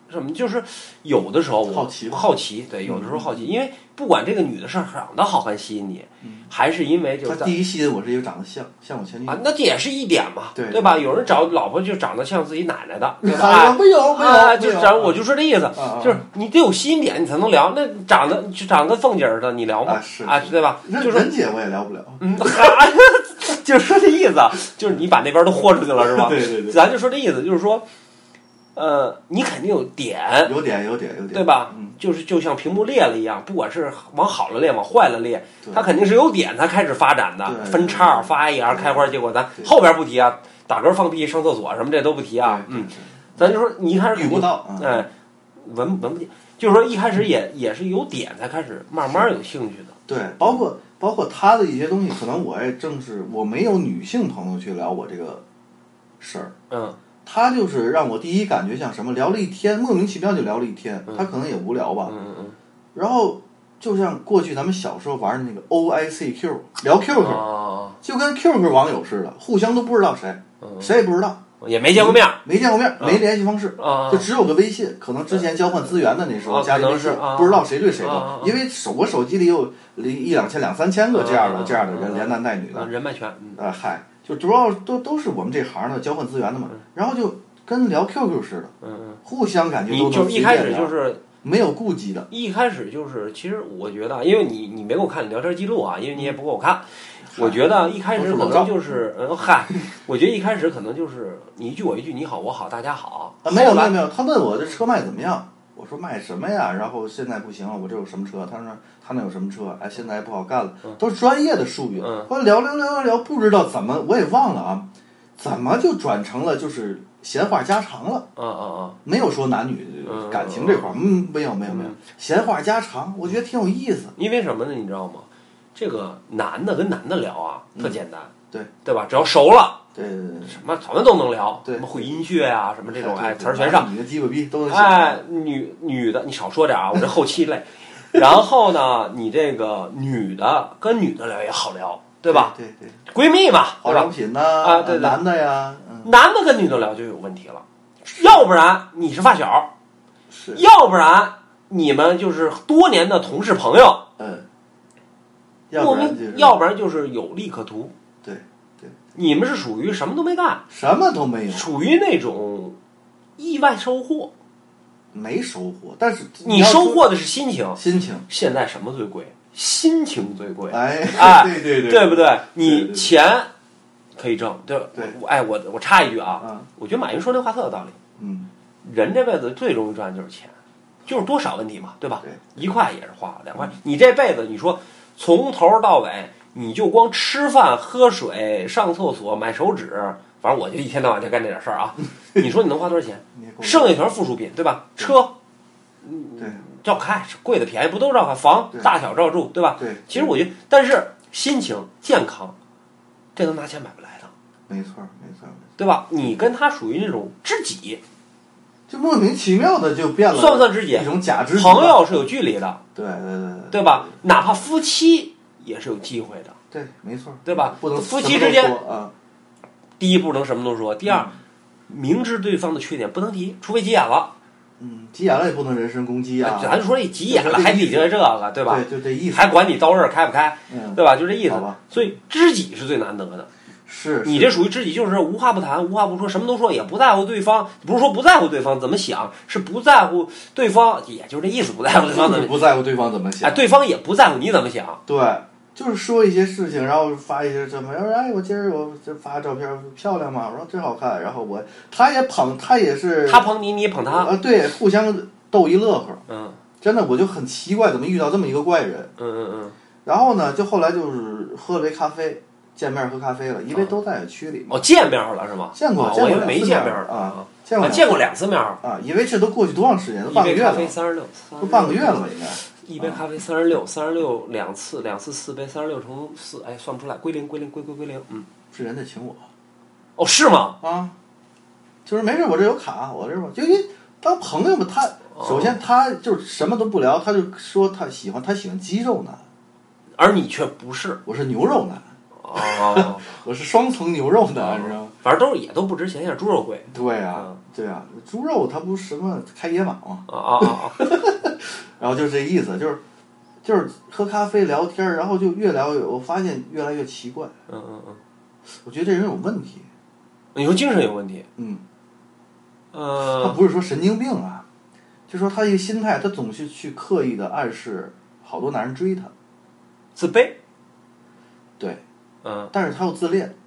什么？就是有的时候我好奇， 对，有的时候好奇，因为不管这个女的是长得好看吸引你，还是因为他第一吸引我是因为长得像我前女友啊，那这也是一点嘛， 对吧？有人找老婆就长得像自己奶奶的，对吧？没有， 就我就说这意思，就是你得有吸引点，你才能聊。那长得跟凤姐儿的，你聊吗？ 是对吧？就是人姐我也聊不了， 就说这意思，就是你把那边都豁出去了，是吧？ 对， 咱就说这意思，就是说。你肯定有点， 有点， 对吧？就像屏幕裂了一样，不管是往好了裂，往坏了裂，它肯定是有点才开始发展的，分叉、发芽、开花结果，咱后边不提啊，打嗝、放屁、上厕所什么这都不提啊。咱就说你一开始遇不到， 闻不见，就是说一开始也是有点才开始慢慢有兴趣的。 对，包括他的一些东西，可能我也正是我没有女性朋友去聊我这个事儿，他就是让我第一感觉像什么，聊了一天，莫名其妙就聊了一天，他可能也无聊吧，然后就像过去咱们小时候玩的那个 OICQ 聊 QQ，就跟 QQ 网友似的，互相都不知道谁也不知道， 也没见过面， 没联系方式，就只有个微信，可能之前交换资源的那时候加微信，不知道谁对谁的，因为我手机里有1-2千、2-3千个这样的人，连男带女的， 人脉圈， 就主要都是我们这行的交换资源的嘛，然后就跟聊 QQ 似的，互相感觉都能就一开始就是没有顾忌的， 一开始就是其实我觉得，因为你没给我看聊天记录啊，因为你也不给我看，我觉得一开始可能就是我觉得一开始可能就是你一句我一句，你好我好大家好， 没有，他问我这车卖怎么样，我说卖什么呀？然后现在不行了，我这有什么车？他说他那有什么车？哎，现在不好干了，都是专业的术语。我聊，不知道怎么我也忘了啊，怎么就转成了就是闲话家常了？没有说男女感情这块，没有，闲话家常，我觉得挺有意思。 因为什么呢？你知道吗？这个男的跟男的聊啊，特简单，对吧？只要熟了。 对， 什么都能聊，什么会阴穴啊，什么这种词儿全上。 你的鸡巴逼都能女的你少说点啊，我这后期累。然后呢，你这个女的跟女的聊也好聊，对吧？ 对， 闺蜜嘛， 化妆品呐， 对， 男的呀， 男的跟女的聊就有问题了，要不然你是发小，要不然你们就是多年的同事朋友，要不然就是有利可图， 对。 你们是属于什么都没干， 什么都没有， 属于那种意外收获， 没收获，但是你收获的是心情。 现在什么最贵？心情最贵。 对， 对不对？你钱可以挣，对。我插一句啊，我觉得马云说那话特有道理。人这辈子最容易赚的就是钱，就是多少问题嘛，对吧？1块也是花，2块。你这辈子你说从头到尾。你就光吃饭、喝水、上厕所、买手纸，反正我就一天到晚就干这点事儿啊。你说你能花多少钱？剩下全是附属品，对吧？车，照开，贵的便宜不都照开？房大小照住，对吧？ 对。 其实我觉得，但是心情健康，这都拿钱买不来的。 没错， 对吧？你跟他属于那种知己， 就莫名其妙的就变了， 算不算知己？ 一种假知己。 朋友是有距离的， 对吧？哪怕夫妻。也是有机会的， 对，没错， 对吧？ 不能夫妻之间第一不能什么都说，第二，明知对方的缺点不能提，除非急眼了。 急眼了也不能人身攻击啊。 咱就说这急眼了还比这个，对吧？ 对，就这意思。 还管你刀刃开不开，对吧？就这意思。所以知己是最难得的。 是你这属于知己，就是无话不谈，无话不说，什么都说，也不在乎对方。不是说不在乎对方怎么想，是不在乎对方，也就是这意思，不在乎对方怎么， 不在乎对方怎么想。 对方也不在乎你怎么想。 对。就是说一些事情，然后发一些什么，我今儿我这发照片漂亮吗？我说真好看，然后他也捧，他也是他捧你，你也捧他， 对，互相逗一乐呵。真的我就很奇怪，怎么遇到这么一个怪人？然后呢，就后来就是喝了杯咖啡，见面喝咖啡了，因为都在区里嘛。 见面了是吗？ 见过， 我以为没见面啊， 见过2次面啊，以为这都过去多长时间？都半个月了。 一杯咖啡36， 都半个月了吧？应该。 一杯咖啡36，两次4杯，36乘4，哎，算不出来，归零，归零。 是人得请我。 哦，是吗？ 就是没事，我这有卡，我这就因为当朋友嘛，他首先他就是什么都不聊，他就说他喜欢肌肉男， 而你却不是， 我是牛肉男。我是双层牛肉男，你知道吗？ 反正也都不值钱，像猪肉贵。 对啊，对啊，猪肉它不是什么开野马吗？然后就这意思，就是喝咖啡聊天，然后就越聊越，我发现越来越奇怪。我觉得这人有问题。 你说精神有问题？ 他不是说神经病啊，就说他一个心态，他总是去刻意的暗示好多男人追他， 自卑。 对，但是他又自恋。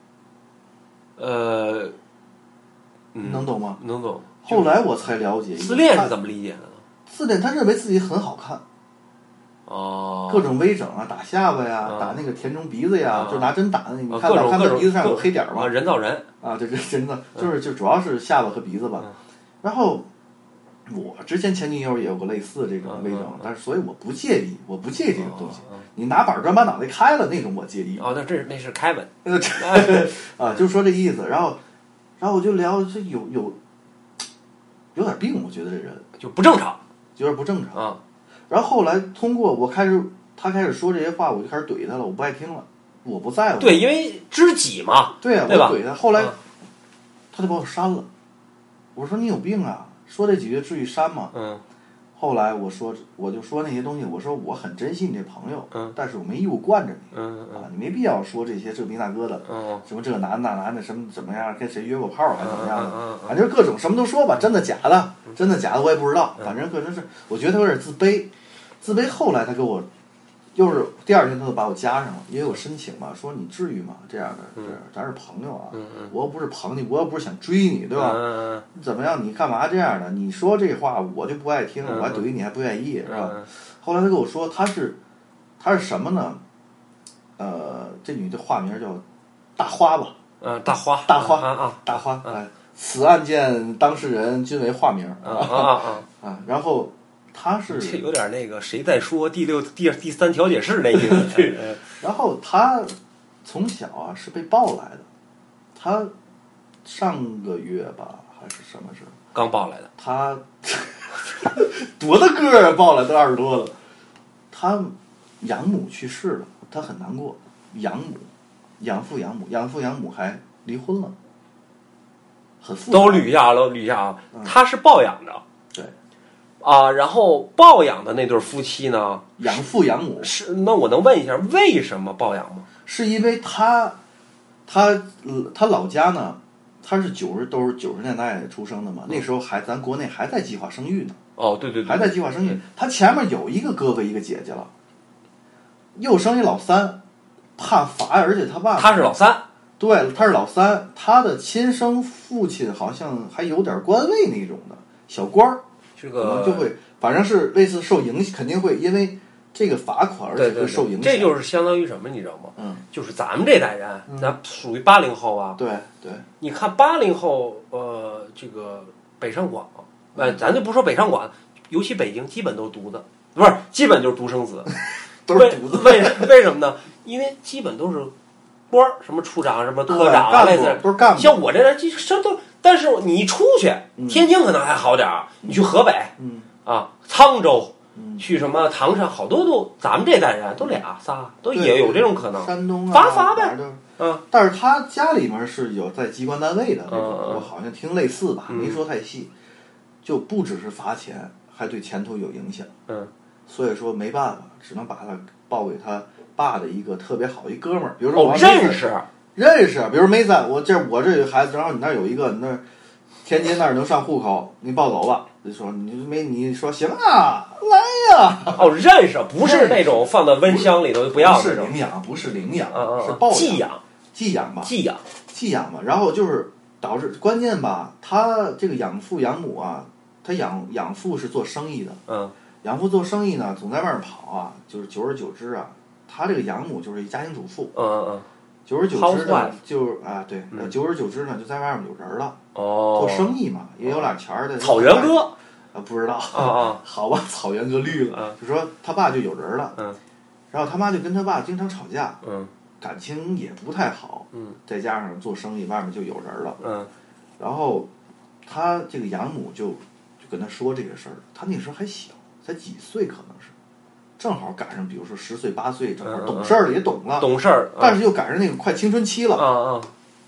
能懂吗？ 能懂。 后来我才了解， 自恋是怎么理解的呢？ 自恋，他认为自己很好看。各种微整啊，打下巴呀，打那个填充鼻子呀，就拿针打的。你看他鼻子上有黑点吗？ 人造人啊，对，真的就主要是下巴和鼻子吧。然后我之前前女友也有个类似的这种微整，但是所以我不介意这个东西。你拿板砖把脑袋开了那种我介意。 那是凯文。 啊，就说这意思。然后我就聊，这有点病，我觉得这人就不正常， 有点不正常啊。然后后来通过他开始说这些话，我就开始怼他了，我不爱听了，我不在乎。 对，因为知己嘛。 对啊， 对吧？ 我怼他，后来他就把我删了。我说你有病啊，说这几句至于删吗？后来我就说那些东西，我说我很珍惜你这朋友，但是我没义务惯着你，你没必要说这些这逼那哥的，什么这男的什么怎么样，跟谁约过炮还怎么样的，反正各种什么都说吧，真的假的我也不知道，反正可能是我觉得他有点自卑。后来他给我，又是第二天他就把我加上了，因为我申请嘛，说你至于吗？这样的，咱是朋友啊，我又不是捧你，我又不是想追你，对吧？怎么样？你干嘛这样的？你说这话我就不爱听，我还怼你还不愿意，是吧？后来他跟我说他是什么呢？这女的化名叫大花吧？大花，哎，此案件当事人均为化名然后。他是这有点那个谁在说第3调解室那意思。 对，然后他从小啊是被抱来的，他上个月吧还是什么时候刚抱来的， 他多大个儿啊，抱来都20多了。他养母去世了，他很难过。养父养母还离婚了，很复杂。 都捋一下，他是抱养的。 对。 然后抱养的那对夫妻呢？ 养父养母是。那我能问一下，为什么抱养吗？ 是因为他老家呢，他是都是90年代出生的嘛，那时候咱国内还在计划生育呢。 对， 还在计划生育。他前面有一个哥哥一个姐姐了，又生一老三，怕罚，而且他爸他是老三。 对，他是老三，他的亲生父亲好像还有点官位那种的小官儿。 这个可能就会，反正是类似受影响，肯定会因为这个罚款而且会受影响。 这就是相当于什么，你知道吗？就是咱们这代人，那属于80后啊。 对。 你看80后，这个北上广，咱就不说北上广，尤其北京，基本都是独子，不是，基本就是独生子， 都是独子。 为什么呢？因为基本都是官儿，什么处长、什么科长啊，类似都是干部。 像我这人，这都。但是你一出去，天津可能还好点儿，你去河北，沧州，去什么唐山，好多都咱们这代人都俩仨，都也有这种可能。 山东罚呗。 但是他家里面是有在机关单位的那种，我好像听类似吧，没说太细。就不只是罚钱，还对前途有影响。所以说没办法，只能把他报给他爸的一个特别好一哥们儿，比如说我认识，比如梅三，我这有孩子，然后你那儿有一个，你那天津那儿能上户口，你抱走吧。就说你说行啊，来呀。 认识，不是那种放到温箱里头就不要的。 不是领养，是抱养，寄养吧。然后就是导致关键吧，他这个养父养母啊，他养父是做生意的，养父做生意呢，总在外面跑啊，就是久而久之啊，他这个养母就是一家庭主妇，久而久之呢，久而久之呢，就在外面有人了。做生意嘛，也有俩钱儿的。 草原哥不知道好吧，草原哥绿了。就说他爸就有人了，然后他妈就跟他爸经常吵架，感情也不太好，再加上做生意外面就有人了，然后他这个养母就跟他说这个事儿，他那时候还小，才几岁，可能是。正好赶上，比如说10岁8岁，正好懂事儿了，也懂了， 懂事儿， 但是又赶上那个快青春期了，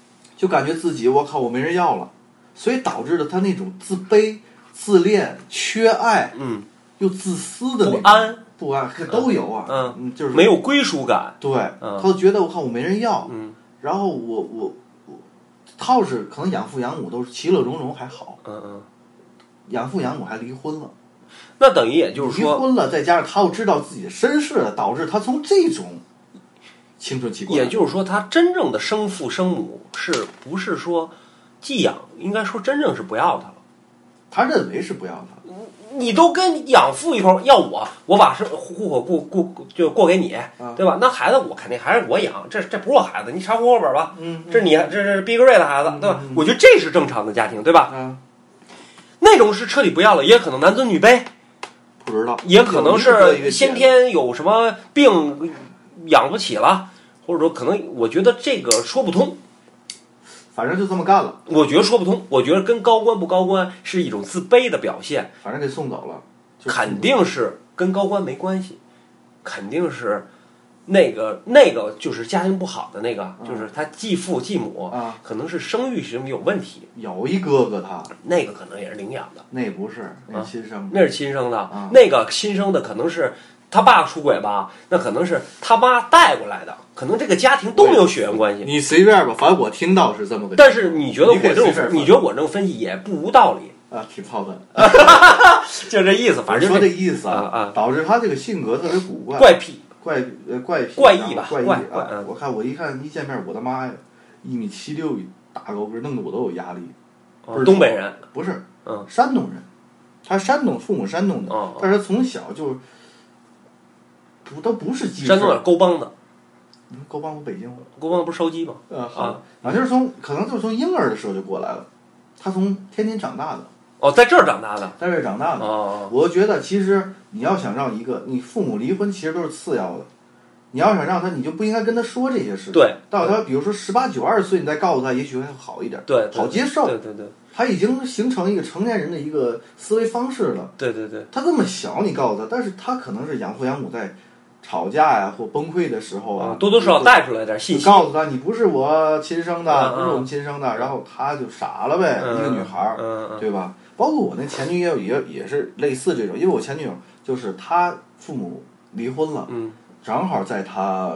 就感觉自己我靠我没人要了，所以导致了他那种自卑、自恋、缺爱，又自私的不安都有啊，就是没有归属感， 对，他就觉得我靠我没人要，然后我他要是可能养父养母都是其乐融融还好，养父养母还离婚了， 那等于也就是说离婚了，再加上他又知道自己的身世了，导致他从这种青春期， 也就是说他真正的生父生母是不是说寄养，应该说真正是不要他了， 他认为是不要他。 你都跟养父一块要我把户口过给你，对吧？那孩子我肯定还是我养，这不是我孩子，你查户口本吧。这是毕格瑞的孩子，对吧？我觉得这是正常的家庭，对吧？那种是彻底不要了，也可能男尊女卑， 不知道， 也可能是先天有什么病养不起了，或者说可能我觉得这个说不通。 反正就这么干了， 我觉得说不通。我觉得跟高官不高官是一种自卑的表现。 反正给送走了， 肯定是跟高官没关系，肯定是那个就是家庭不好的那个，就是他继父继母可能是生育什么有问题。 有一哥哥他那个可能也是领养的， 那不是，那亲生的， 那是亲生的，那个亲生的可能是。他爸出轨吧，那可能是他妈带过来的，可能这个家庭都没有血缘关系。 你随便吧，反正我听到是这么个。 但是你觉得我这种，你觉得我这种分析也不无道理啊，挺操蛋， 就这意思，反正说这意思啊，导致他这个性格特别古怪、 怪癖、 怪异吧， 怪异啊！我一看一见面，我的妈呀，1.76米，大高个，弄得我都有压力。 东北人不是，山东人，他父母山东的，但是他从小就。都不是鸡， 山东哪沟帮的？ 沟帮不北京吗？ 沟帮不是烧鸡吗？ 就是可能就是从婴儿的时候就过来了，他从天津长大的。 在这儿长大的， 在这儿长大的。我觉得其实你要想让你父母离婚，其实都是次要的。你要想让他，你就不应该跟他说这些事情。 对。 到他比如说18、19、20岁，你再告诉他，也许会好一点。 对。 好接受。 对。 他已经形成一个成年人的一个思维方式了。 对。 他这么小，你告诉他，但是他可能是养父养母在。吵架呀，或崩溃的时候啊， 多多少少带出来点信息， 告诉他你不是我亲生的，不是我们亲生的，然后他就傻了呗，一个女孩，对吧？包括我那前女友也是类似这种，因为我前女友就是她父母离婚了，正好在她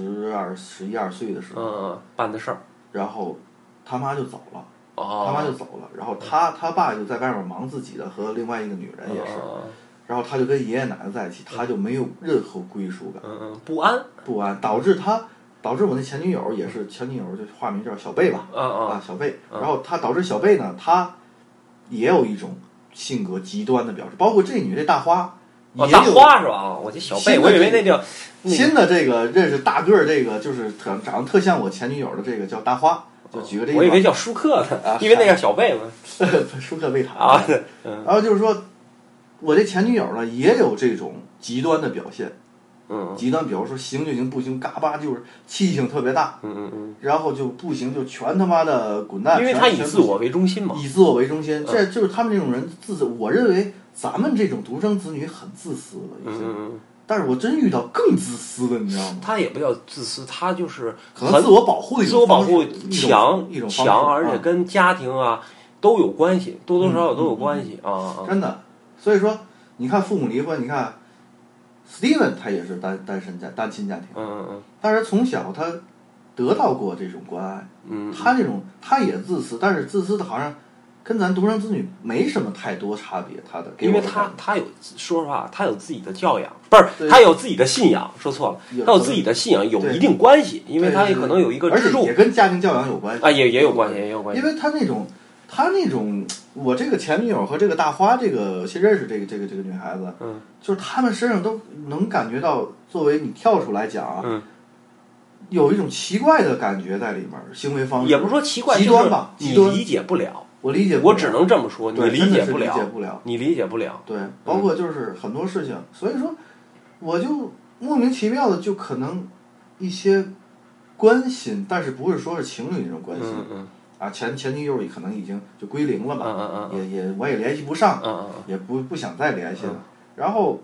11、12岁的时候， 办的事儿， 然后他妈就走了，然后他爸就在外面忙自己的，和另外一个女人也是。然后他就跟爷爷奶奶在一起，他就没有任何归属感， 不安，导致我那前女友也是前女友，就化名叫小贝吧，小贝，然后导致小贝呢，她也有一种性格极端的表示，包括这女这大花， 大花是吧？我这小贝，我以为那叫新的这个认识大个儿这个就是长得特像我前女友的这个叫大花，就举个这个， 我以为叫舒克呢，因为那个小贝嘛， 舒克贝塔然后就是说。我这前女友呢，也有这种极端的表现，极端，比如说行就行，不行嘎巴就是气性特别大，然后就不行就全他妈的滚蛋， 因为他以自我为中心嘛， 以自我为中心，这就是他们这种人我认为咱们这种独生子女很自私了，已经，但是我真遇到更自私的，你知道吗？ 他也不叫自私，他就是可能自我保护的一种方式， 强，而且跟家庭都有关系，多多少少都有关系真的。所以说，你看父母离婚，你看 Steven 他也是单亲家庭，但是从小他得到过这种关爱，他也自私，但是自私的好像跟咱独生子女没什么太多差别， 因为他有说实话，他有自己的教养，不是他有自己的信仰，说错了，他有自己的信仰有一定关系，因为他也可能有一个支柱， 而且也跟家庭教养有关系也有关系， 因为他那种。我这个前女友和这个大花，这个新认识这个女孩子，就是他们身上都能感觉到，作为你跳出来讲有一种奇怪的感觉在里面，行为方式也不是说奇怪， 极端吧， 你理解不了，我只能这么说，你理解不了，你理解不了， 对，包括就是很多事情，所以说我就莫名其妙的就可能一些关心，但是不是说是情侣那种关心。前女友可能已经就归零了吧，我也联系不上，也不想再联系了。然后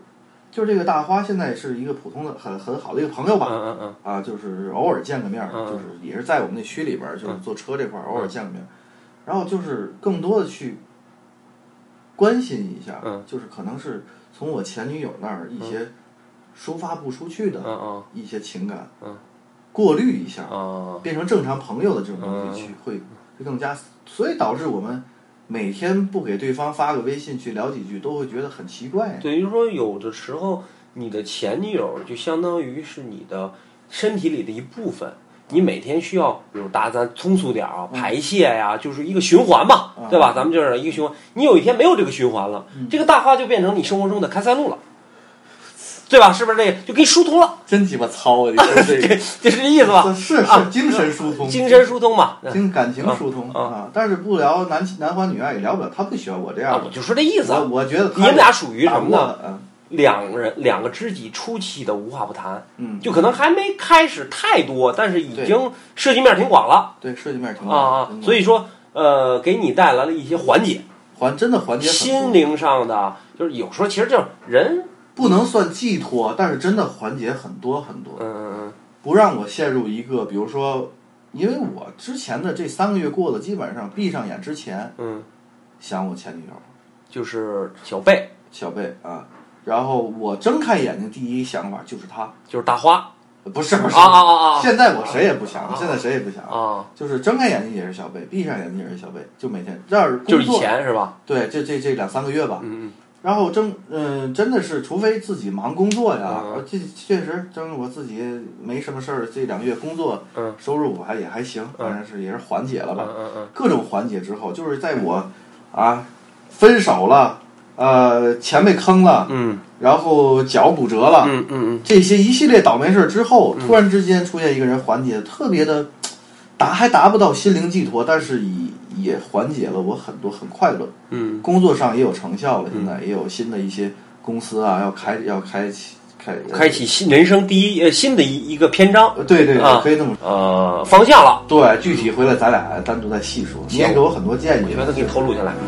就是这个大花现在是一个普通的很好的一个朋友吧，啊，就是偶尔见个面，就是也是在我们那区里边，就是坐车这块偶尔见个面，然后就是更多的去关心一下，就是可能是从我前女友那儿一些抒发不出去的一些情感，过滤一下，变成正常朋友的这种东西去，会更加，所以导致我们每天不给对方发个微信去聊几句，都会觉得很奇怪。 等于说，有的时候你的前女友就相当于是你的身体里的一部分，你每天需要，比如咱通俗点啊，排泄呀，就是一个循环嘛，对吧？咱们就是一个循环。你有一天没有这个循环了，这个大花就变成你生活中的开塞露了。对吧？是不是这个就给你疏通了？ 真鸡巴糙啊！你说这个这是这意思吧？ 是精神疏通， 精神疏通嘛， 感情疏通啊。但是不聊男欢女爱也聊不了，他不喜欢我这样。 我就说这意思。 我觉得你们俩属于什么呢？两个知己初期的无话不谈，就可能还没开始太多，但是已经涉及面挺广了。 对，涉及面挺广啊。所以说，给你带来了一些缓解， 真的缓解心灵上的，就是有时候其实就是人。 不能算寄托，但是真的缓解很多很多。不让我陷入一个，比如说，因为我之前的这3个月过的，基本上闭上眼之前，想我前女友， 就是小贝啊。然后我睁开眼睛，第一想法就是她， 就是大花。 不是啊！ 现在我谁也不想，现在谁也不想啊。就是睁开眼睛也是小贝，闭上眼睛也是小贝，就每天这儿工作。 就是以前是吧？ 对，这2-3个月吧。然后真的是，除非自己忙工作呀，这确实我自己没什么事儿，这2个月工作收入也还行，当然是也是缓解了吧，各种缓解之后，就是在我分手了，钱被坑了，然后脚骨折了，这些一系列倒霉事之后，突然之间出现一个人缓解，特别的还达不到心灵寄托，但是也缓解了我很多，很快乐。工作上也有成效了，现在也有新的一些公司啊，要开启人生新的一个篇章。 对，可以这么说。 方向了。 对，具体回来咱俩单独再细说。你也给我很多建议， 我觉得可以透露下来。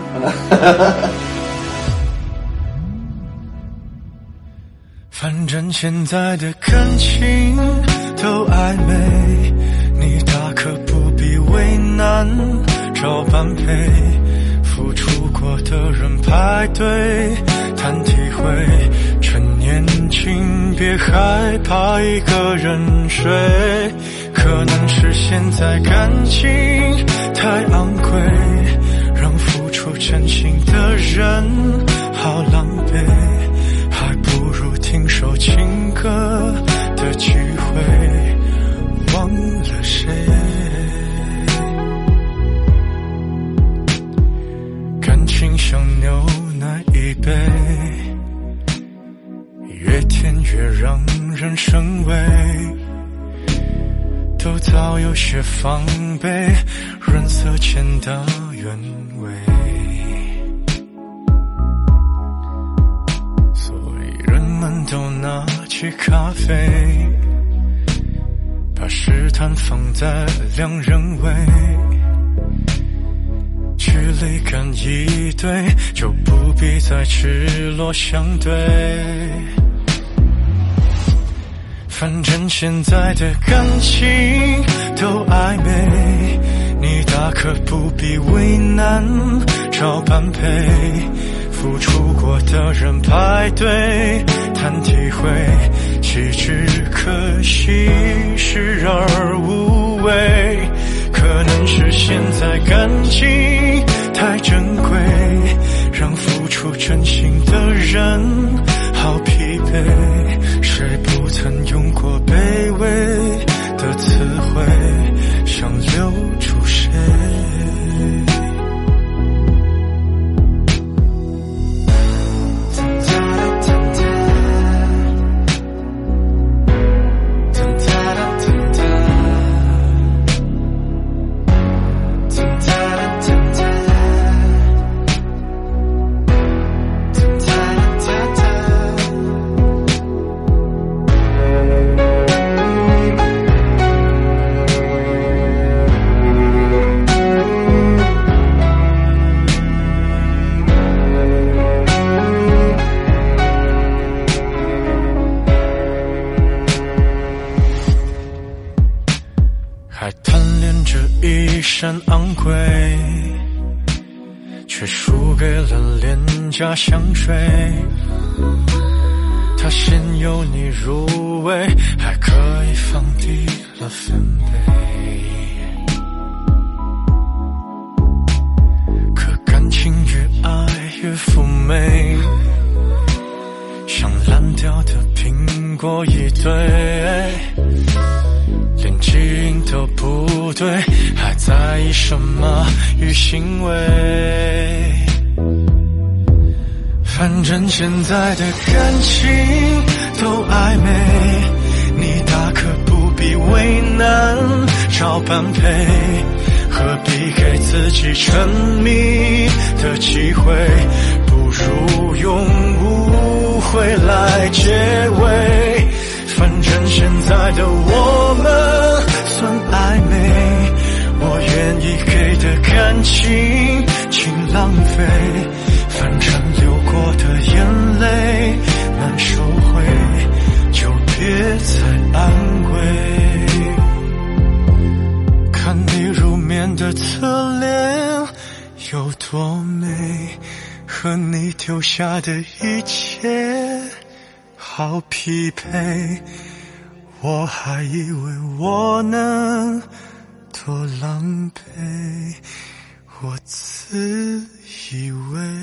反正现在的感情都暧昧，你大可不必为难，找般配，付出过的人排队谈体会，趁年轻别害怕一个人睡，可能是现在感情太昂贵，让付出真心的人好狼狈，还不如听首情歌的机会，忘了谁。感情像牛奶一杯，越甜越让人生畏，都早有些防备，润色前的原味。所以人们都拿起咖啡，把试探放在两人位，距离感一对，就不必再赤裸相对。反正现在的感情都暧昧，你大可不必为难，找般配，付出过的人排队谈体会，岂知可惜视而无味，可能是现在感情太珍贵，让付出真心的人好疲惫，谁不曾用过卑微的词汇，想留住谁。 身昂贵，却输给了廉价香水。它先由你入味，还可以放低了分贝。可感情越爱越妩媚，像烂掉的苹果一堆，连基因都不对，还在意什么与行为？反正现在的感情都暧昧，你大可不必为难找般配，何必给自己沉迷的机会？不如用误会来结尾。反正现在的我们算暧昧，我愿意给的感情请浪费，反正流过的眼泪难收回，就别再安慰。看你入眠的侧脸有多美，和你丢下的一切好匹配，我还以为我能多狼狈，我自以为。